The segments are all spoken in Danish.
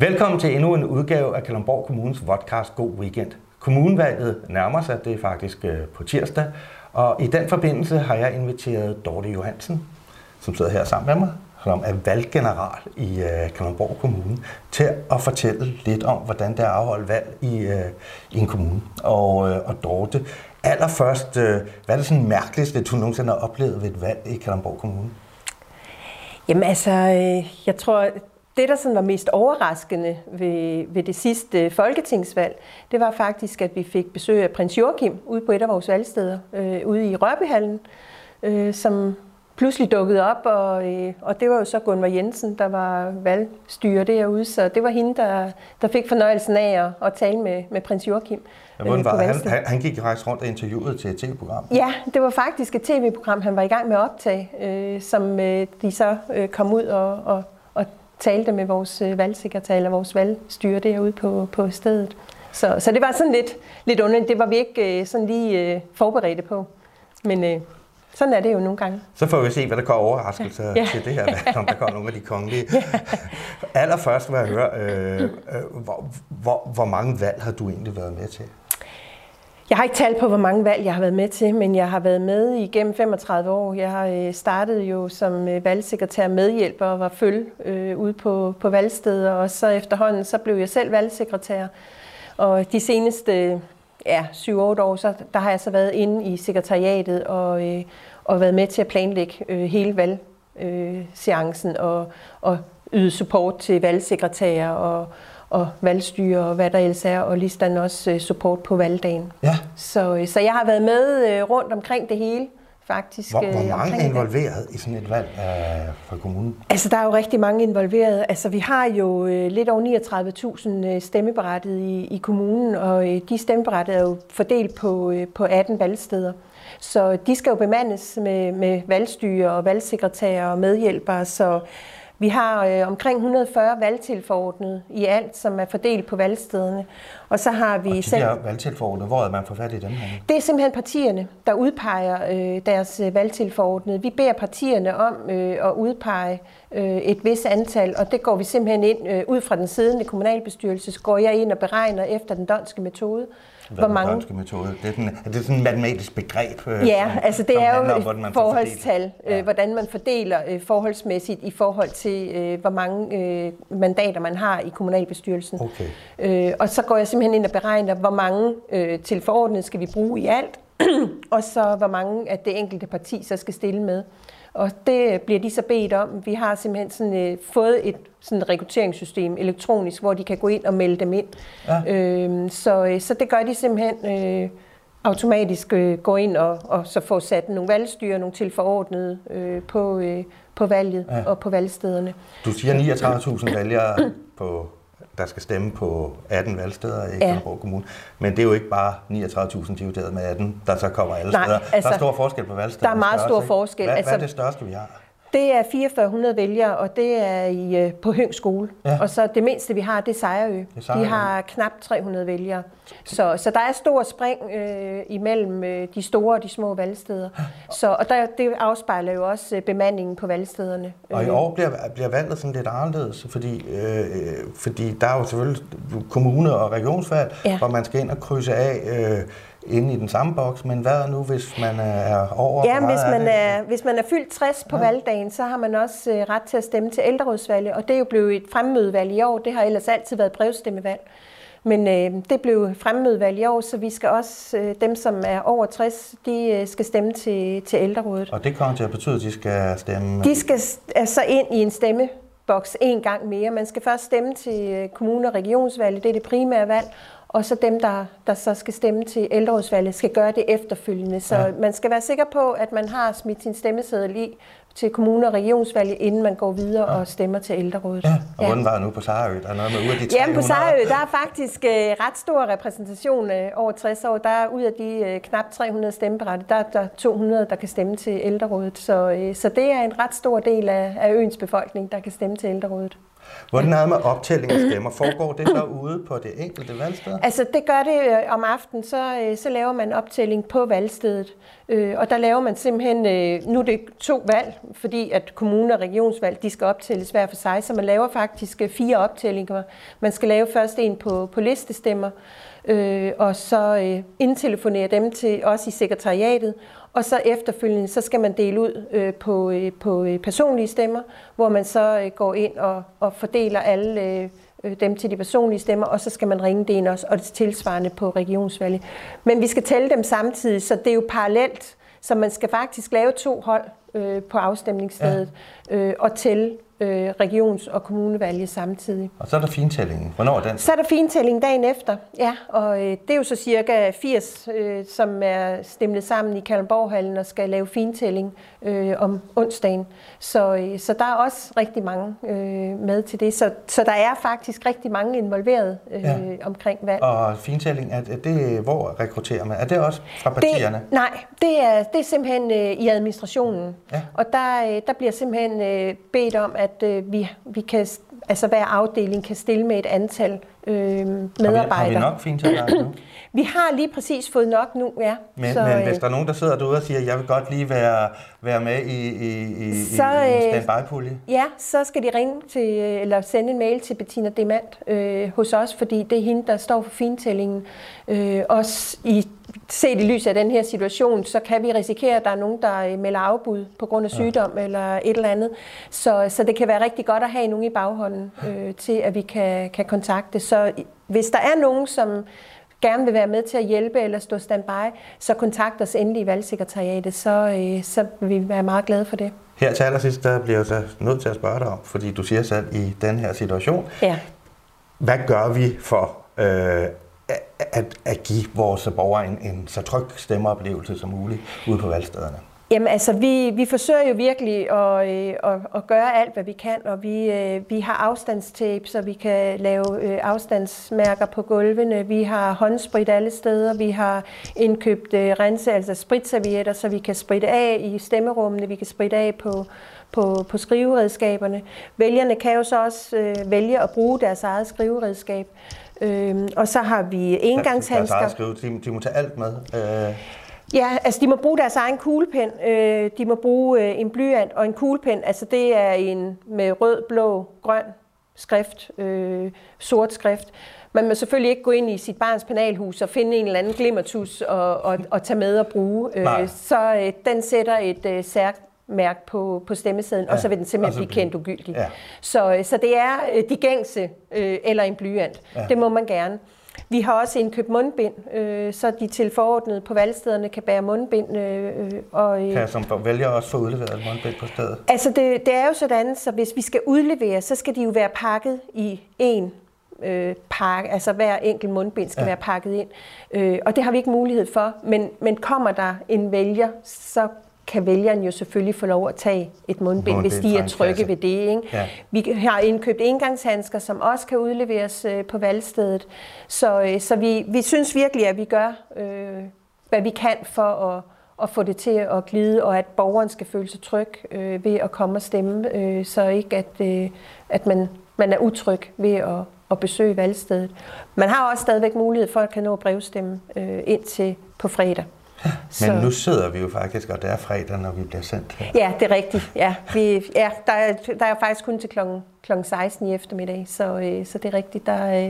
Velkommen til endnu en udgave af Kalundborg Kommunes podcast God Weekend. Kommunevalget nærmer sig, det er faktisk på tirsdag, og i den forbindelse har jeg inviteret Dorte Johansen, som sidder her sammen med mig, som er valggeneral i Kalundborg Kommune, til at fortælle lidt om, hvordan der er afholdt valg i en kommune. Og Dorte, allerførst, hvad er det sådan mærkeligste, du nogensinde har oplevet ved et valg i Kalundborg Kommune? Jamen altså, jeg tror, det der sådan var mest overraskende ved det sidste folketingsvalg, det var faktisk, at vi fik besøg af prins Joachim ude på et af vores valgsteder, ude i Rørbyhallen, som pludselig dukkede op, og det var jo så Gunvor Jensen, der var valgstyrer derude, så det var hende, der fik fornøjelsen af at tale med prins Joachim. Han gik faktisk rundt og interviewede til et tv-program? Ja, det var faktisk et tv-program, han var i gang med at optage, som de så kom ud og talte med vores valgsekretær eller vores valgstyre derude på stedet. Så det var sådan lidt underligt. Det var vi ikke sådan lige forberedte på. Men sådan er det jo nogle gange. Så får vi se, hvad der kommer overraskelser til det her valg, om der kommer nogle af de kongelige. Allerførst vil jeg høre, hvor mange valg har du egentlig været med til? Jeg har ikke talt på, hvor mange valg jeg har været med til, men jeg har været med igennem 35 år. Jeg har startet jo som valgsekretær medhjælper og var følge ude på valgsteder, og så efterhånden så blev jeg selv valgsekretær. Og de seneste 7-8 år, der har jeg så været inde i sekretariatet og været med til at planlægge hele valgseancen og yde support til valgsekretærer og valgstyre og hvad der ellers er, og ligesådan også support på valgdagen. Ja. Så jeg har været med rundt omkring det hele, faktisk. Hvor mange er involveret i sådan et valg fra kommunen? Altså, der er jo rigtig mange involveret. Altså, vi har jo lidt over 39.000 stemmeberettigede i kommunen, og de stemmeberettigede er jo fordelt på 18 valgsteder. Så de skal jo bemandes med valgstyre og valgsekretærer og medhjælpere, så vi har omkring 140 valgtilforordnede i alt, som er fordelt på valgstederne. Og så har vi de her valgtilforordnede, hvor er man får fat i dem her? Det er simpelthen partierne, der udpeger deres valgtilforordnede. Vi beder partierne om at udpege et vist antal, og det går vi simpelthen ind ud fra den siddende kommunalbestyrelse, så går jeg ind og beregner efter den d'Hondtske metode. Hvor mange? D'Hondtske metode? Det er sådan et matematisk begreb, altså det er jo et forholdstal, hvordan man fordeler forholdsmæssigt i forhold til, hvor mange mandater man har i kommunalbestyrelsen. Okay. Og så går jeg simpelthen ind og beregner, hvor mange tilforordnede skal vi bruge i alt, og så hvor mange af det enkelte parti så skal stille med. Og det bliver de så bedt om. Vi har simpelthen sådan, fået et sådan rekrutteringssystem elektronisk, hvor de kan gå ind og melde dem ind. Ja. Så det gør de simpelthen automatisk gå ind og så få sat nogle valgstyre, nogle tilforordnede på valget og på valgstederne. Du siger 39.000 vælgere der skal stemme på 18 valgsteder i Kalundborg Kommune. Men det er jo ikke bare 39.000 divideret med 18, der så kommer alle steder. Altså, der er stor forskel på valgsteder. Der er meget stor forskel. Hvad er det største, vi har? Det er 4400 vælgere, og det er på Høng skole. Ja. Og så det mindste, vi har, det er Sejerø. De har knap 300 vælgere. Så der er stor spring imellem de store og de små valgsteder. Og det afspejler jo også bemandingen på valgstederne. Og i år bliver valget sådan lidt anderledes, fordi der er jo selvfølgelig kommune- og regionsvalg, hvor man skal ind og krydse af inde i den samme boks, men hvad nu, hvis man er over? Ja, hvis man er fyldt 60 på valgdagen, så har man også ret til at stemme til ældrerådsvalget, og det er jo blevet et fremmødevalg i år. Det har ellers altid været brevstemmevalg. Men det blev fremmødevalg i år, så vi skal også, dem som er over 60, de skal stemme til ældrerådet. Og det kommer til at betyde, at de skal stemme? De skal altså ind i en stemmeboks en gang mere. Man skal først stemme til kommune- og regionsvalget, det er det primære valg. Og så dem, der så skal stemme til ældrerådsvalget, skal gøre det efterfølgende. Så man skal være sikker på, at man har smidt sin stemmeseddel i til kommune- og regionsvalget, inden man går videre og stemmer til ældrerådet. Ja. Og hvordan var det nu på Sejerø? Der er noget med ud af de 300? Jamen på Sejerø, der er faktisk ret stor repræsentation over 60 år. Der er ud af de knap 300 stemmeberettigede, der er 200, der kan stemme til ældrerådet. Så det er en ret stor del af øens befolkning, der kan stemme til ældrerådet. Hvordan er det med optælling af stemmer? Foregår det så ude på det enkelte valgsted? Altså det gør det om aftenen, så laver man optælling på valgstedet. Og der laver man simpelthen, nu er det 2 valg, fordi at kommune- og regionsvalg, de skal optælles hver for sig, så man laver faktisk 4 optællinger. Man skal lave først en på listestemmer, og så indtelefonere dem til os i sekretariatet, og så efterfølgende, så skal man dele ud på personlige stemmer, hvor man så går ind og fordeler alle dem til de personlige stemmer, og så skal man ringe det ind også, og det tilsvarende på regionsvalget. Men vi skal tælle dem samtidig, så det er jo parallelt, så man skal faktisk lave 2 hold på afstemningsstedet og tælle regions- og kommunevalget samtidig. Og så er der fintællingen. Hvornår er den? Så er der fintælling dagen efter, ja, og det er jo så cirka 80, som er stemlet sammen i Kalundborghallen og skal lave fintælling om onsdagen. Så der er også rigtig mange med til det. Så der er faktisk rigtig mange involveret omkring valg. Og fintælling, er det hvor rekrutterer man? Er det også fra partierne? Det er simpelthen i administrationen. Ja. Og der bliver simpelthen bedt om, at vi kan, altså hver afdeling kan stille med et antal medarbejdere. Har vi nok fintællere nu? Vi har lige præcis fået nok nu, ja. Men hvis der er nogen, der sidder derude og siger, at jeg vil godt lige være med i standby-pulje? Ja, så skal de ringe til, eller sende en mail til Bettina Demand hos os, fordi det er hende, der står for fintællingen. Også set i lyset af den her situation, så kan vi risikere, at der er nogen, der melder afbud på grund af sygdom eller et eller andet. Så det kan være rigtig godt at have nogen i baghånden til, at vi kan kontakte. Så hvis der er nogen, som gerne vil være med til at hjælpe eller stå standby, så kontakt os endelig i valgsekretariatet, så vil vi være meget glade for det. Her til allersidst, der bliver jeg så nødt til at spørge dig om, fordi du siger selv i den her situation. Ja. Hvad gør vi for at give vores borgere en så tryg stemmeoplevelse som muligt ude på valgstederne? Jamen altså, vi forsøger jo virkelig at gøre alt, hvad vi kan, og vi har afstandstape, så vi kan lave afstandsmærker på gulvene. Vi har håndsprit alle steder. Vi har indkøbt altså spritservietter, så vi kan spritte af i stemmerummene. Vi kan spritte af på skriveredskaberne. Vælgerne kan jo så også vælge at bruge deres eget skriveredskab. Og så har vi engangshandsker. De må tage alt med. Ja, altså de må bruge deres egen kuglepen, de må bruge en blyant og en kuglepen, altså det er en med rød, blå, grøn skrift, sort skrift. Man må selvfølgelig ikke gå ind i sit barns penalhus og finde en eller anden glimmertus og tage med og bruge. Så den sætter et særmærke på stemmesedlen, og så vil den simpelthen blive kendt ugyldig. Ja. Så det er de gængse eller en blyant. Ja. Det må man gerne. Vi har også indkøbt mundbind, så de tilforordnede på valgstederne kan bære mundbind. Kan som vælger også få udleveret et mundbind på stedet? Altså det er jo sådan, så hvis vi skal udlevere, så skal de jo være pakket i en pakke, altså hver enkelt mundbind skal være pakket ind. Og det har vi ikke mulighed for, men kommer der en vælger, så kan vælgeren jo selvfølgelig få lov at tage et mundbind, hvis de er trygge ved det. Ikke? Ja. Vi har indkøbt engangshandsker, som også kan udleveres på valgstedet. Så vi synes virkelig, at vi gør, hvad vi kan for at få det til at glide, og at borgeren skal føle sig tryg ved at komme og stemme, så ikke at man er utryg ved at besøge valgstedet. Man har også stadigvæk mulighed for at kan nå brevstemme indtil på fredag. Men nu sidder vi jo faktisk, og det er fredag, når vi bliver sendt her. Ja, det er rigtigt. Ja, der er faktisk kun til klokken 16 i eftermiddag, så det er rigtigt.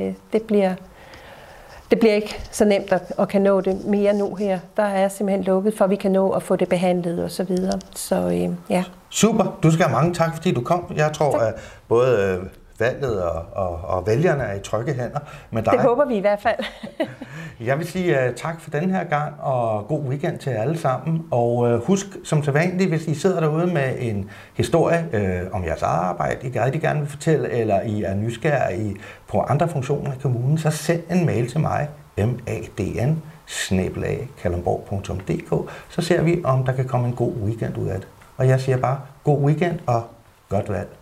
Det bliver ikke så nemt at kan nå det mere nu her. Der er simpelthen lukket for, at vi kan nå at få det behandlet og så videre. Så ja. Super. Du skal have mange tak, fordi du kom. Jeg tror, at både valget og vælgerne er i trygge hænder med dig. Det håber vi i hvert fald. Jeg vil sige tak for den her gang, og god weekend til alle sammen. Og husk, som sædvanligt, hvis I sidder derude med en historie om jeres arbejde, I rigtig gerne vil fortælle, eller I er nysgerrige på andre funktioner i kommunen, så send en mail til mig, madn@kalundborg.dk, så ser vi, om der kan komme en god weekend ud af det. Og jeg siger bare, god weekend og godt valg.